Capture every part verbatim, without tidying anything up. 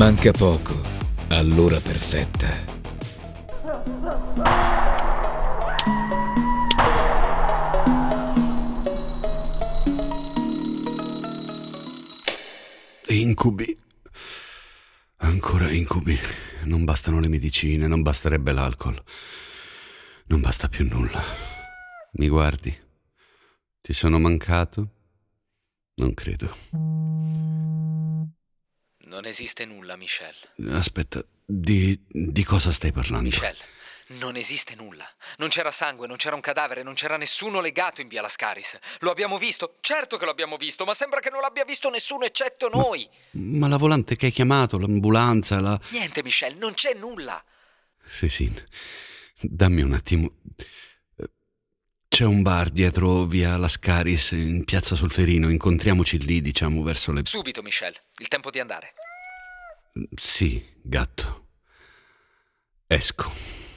Manca poco all'ora perfetta. Incubi. Ancora incubi. Non bastano le medicine, non basterebbe l'alcol. Non basta più nulla. Mi guardi? Ti sono mancato? Non credo. Non esiste nulla, Michel. Aspetta, di, di cosa stai parlando? Michel, non esiste nulla. Non c'era sangue, non c'era un cadavere, non c'era nessuno legato in via Lascaris. Lo abbiamo visto? Certo che lo abbiamo visto, ma sembra che non l'abbia visto nessuno eccetto noi. Ma, ma la volante che hai chiamato, l'ambulanza, la... Niente, Michel, non c'è nulla. Resin, dammi un attimo. C'è un bar dietro via Lascaris, in piazza Solferino. Incontriamoci lì, diciamo, verso le... Subito, Michel. Il tempo di andare. Sì, gatto. Esco.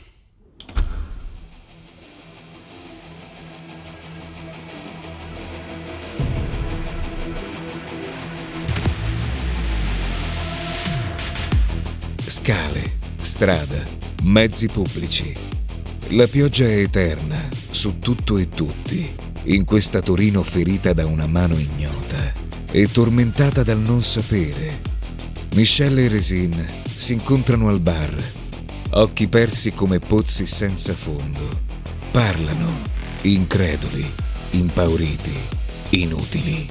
Scale, strada, mezzi pubblici. La pioggia è eterna su tutto e tutti, in questa Torino ferita da una mano ignota e tormentata dal non sapere. Michel e Resin si incontrano al bar, occhi persi come pozzi senza fondo. Parlano, increduli, impauriti, inutili.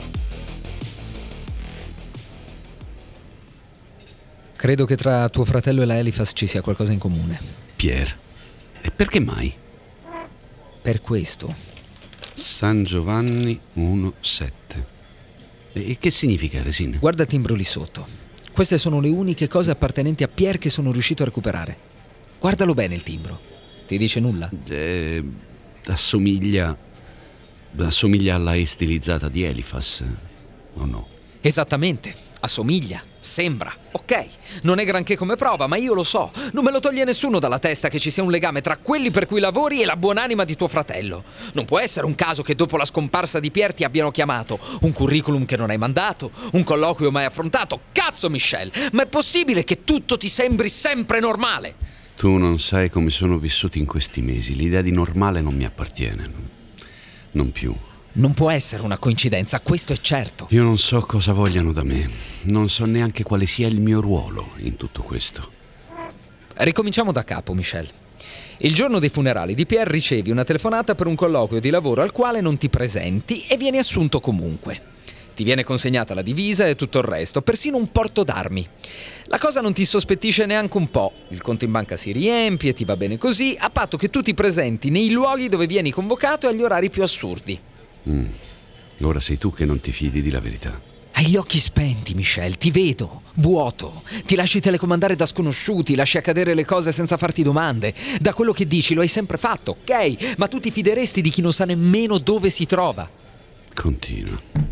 Credo che tra tuo fratello e la Eliphas ci sia qualcosa in comune. Pierre. E perché mai? Per questo. San Giovanni uno sette. E che significa, Resin? Guarda il timbro lì sotto. Queste sono le uniche cose appartenenti a Pierre che sono riuscito a recuperare. Guardalo bene il timbro. Ti dice nulla? Eh, assomiglia... assomiglia alla E stilizzata di Eliphas, o no? Esattamente. Assomiglia. Sembra. Ok. Non è granché come prova, ma io lo so. Non me lo toglie nessuno dalla testa che ci sia un legame tra quelli per cui lavori e la buonanima di tuo fratello. Non può essere un caso che dopo la scomparsa di Pierre ti abbiano chiamato. Un curriculum che non hai mandato. Un colloquio mai affrontato. Cazzo, Michel! Ma è possibile che tutto ti sembri sempre normale? Tu non sai come sono vissuti in questi mesi. L'idea di normale non mi appartiene. Non più. Non può essere una coincidenza, questo è certo. Io non so cosa vogliano da me. Non so neanche quale sia il mio ruolo in tutto questo. Ricominciamo da capo, Michel. Il giorno dei funerali di Pierre ricevi una telefonata per un colloquio di lavoro al quale non ti presenti e vieni assunto comunque. Ti viene consegnata la divisa e tutto il resto, persino un porto d'armi. La cosa non ti sospettisce neanche un po'. Il conto in banca si riempie, ti va bene così, a patto che tu ti presenti nei luoghi dove vieni convocato e agli orari più assurdi. Mm. Ora sei tu che non ti fidi di la verità. Hai gli occhi spenti, Michel, ti vedo, vuoto. Ti lasci telecomandare da sconosciuti, lasci accadere le cose senza farti domande. Da quello che dici lo hai sempre fatto, ok? Ma tu ti fideresti di chi non sa nemmeno dove si trova? Continua.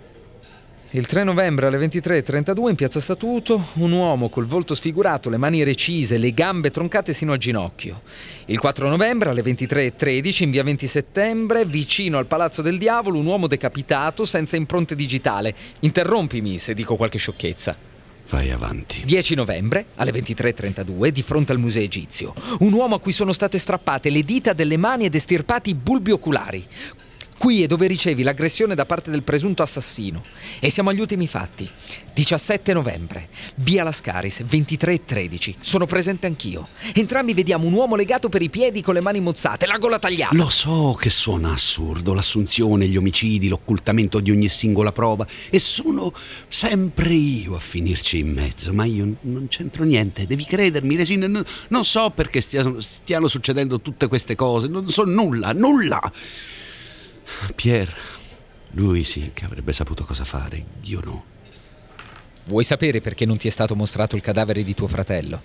Il tre novembre alle ventitré e trentadue in piazza Statuto, un uomo col volto sfigurato, le mani recise, le gambe troncate sino al ginocchio. Il quattro novembre alle ventitré e tredici in via venti settembre, vicino al Palazzo del Diavolo, un uomo decapitato senza impronte digitale. Interrompimi se dico qualche sciocchezza. Vai avanti. dieci novembre alle ventitré e trentadue di fronte al museo egizio. Un uomo a cui sono state strappate le dita delle mani ed estirpati i bulbi oculari. Qui è dove ricevi l'aggressione da parte del presunto assassino. E siamo agli ultimi fatti. diciassette novembre, via Lascaris, ventitré e tredici. Sono presente anch'io. Entrambi vediamo un uomo legato per i piedi con le mani mozzate, la gola tagliata. Lo so che suona assurdo, l'assunzione, gli omicidi, l'occultamento di ogni singola prova. E sono sempre io a finirci in mezzo. Ma io non c'entro niente, devi credermi, Resin. Non, non so perché stiano, stiano succedendo tutte queste cose. Non so nulla, nulla. Pierre, lui sì che avrebbe saputo cosa fare, io no. Vuoi sapere perché non ti è stato mostrato il cadavere di tuo fratello?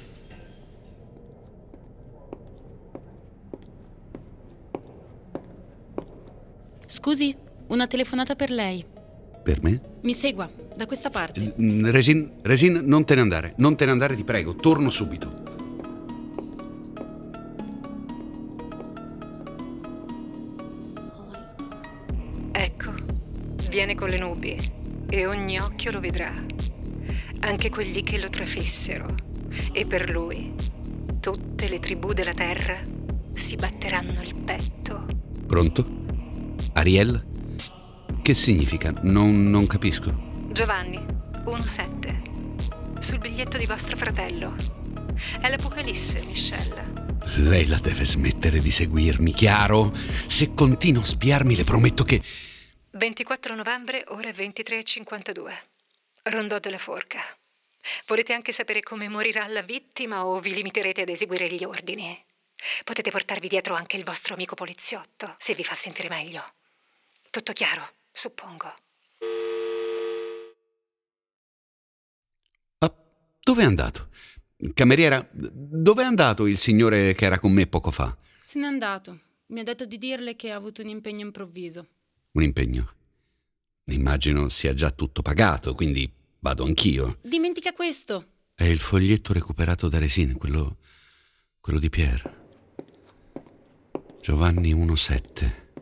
Scusi, una telefonata per lei. Per me? Mi segua, da questa parte. Resin, Resin, non te ne andare, non te ne andare, ti prego, torno subito. Ecco, viene con le nubi e ogni occhio lo vedrà. anche quelli che lo trafissero, e per lui tutte le tribù della terra si batteranno il petto. Pronto? Ariel? Che significa? Non, non capisco. Giovanni, uno sette. Sul biglietto di vostro fratello. È l'Apocalisse, Michelle. Lei la deve smettere di seguirmi, chiaro? Se continua a spiarmi le prometto che... ventiquattro novembre, ore ventitré e cinquantadue. Rondò della Forca. Volete anche sapere come morirà la vittima o vi limiterete ad eseguire gli ordini? Potete portarvi dietro anche il vostro amico poliziotto, se vi fa sentire meglio. Tutto chiaro, suppongo. Ah, dove è andato? Cameriera, dove è andato il signore che era con me poco fa? Se n'è andato. Mi ha detto di dirle che ha avuto un impegno improvviso. Un impegno? Immagino sia già tutto pagato, quindi vado anch'io. Dimentica questo. È il foglietto recuperato da Resine, quello... quello di Pierre. Giovanni uno sette.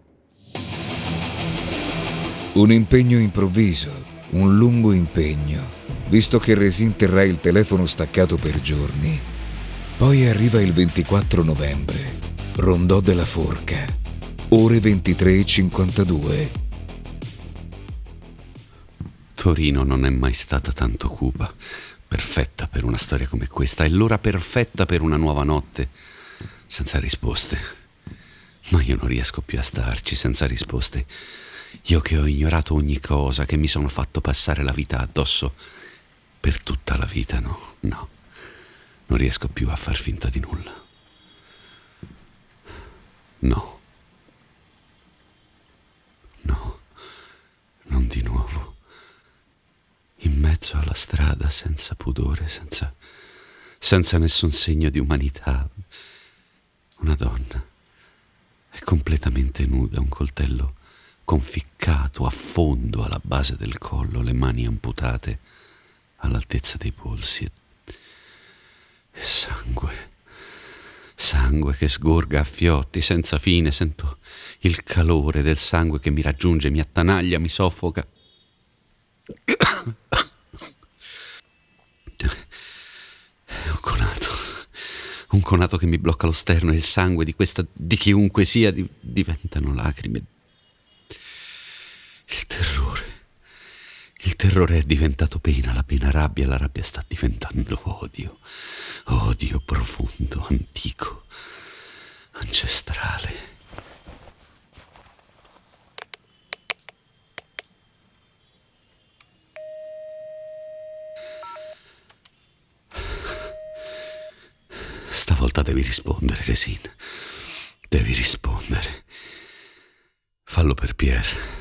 Un impegno improvviso, un lungo impegno, visto che Resine terrà il telefono staccato per giorni. Poi arriva il ventiquattro novembre, Rondò della Forca, ore ventitré e cinquantadue. Torino non è mai stata tanto cupa, perfetta per una storia come questa, è l'ora perfetta per una nuova notte, senza risposte. Ma io non riesco più a starci senza risposte. Io che ho ignorato ogni cosa, che mi sono fatto passare la vita addosso per tutta la vita, no, no. Non riesco più a far finta di nulla. No. No. Non di nuovo. In mezzo alla strada, senza pudore, senza... senza nessun segno di umanità. Una donna. È completamente nuda, un coltello conficcato a fondo alla base del collo, le mani amputate all'altezza dei polsi. E, e sangue, sangue che sgorga a fiotti senza fine. Sento il calore del sangue che mi raggiunge, mi attanaglia, mi soffoca. Un conato, un conato che mi blocca lo sterno, e il sangue di questa, di chiunque sia, di, diventano lacrime. Il terrore, il terrore è diventato pena, la pena rabbia, la rabbia sta diventando odio, odio profondo, antico, ancestrale. Stavolta devi rispondere, Resine. Devi rispondere. Fallo per Pierre.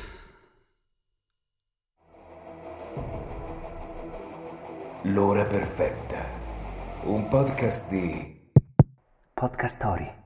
L'ora perfetta. Un podcast di Podcast Story.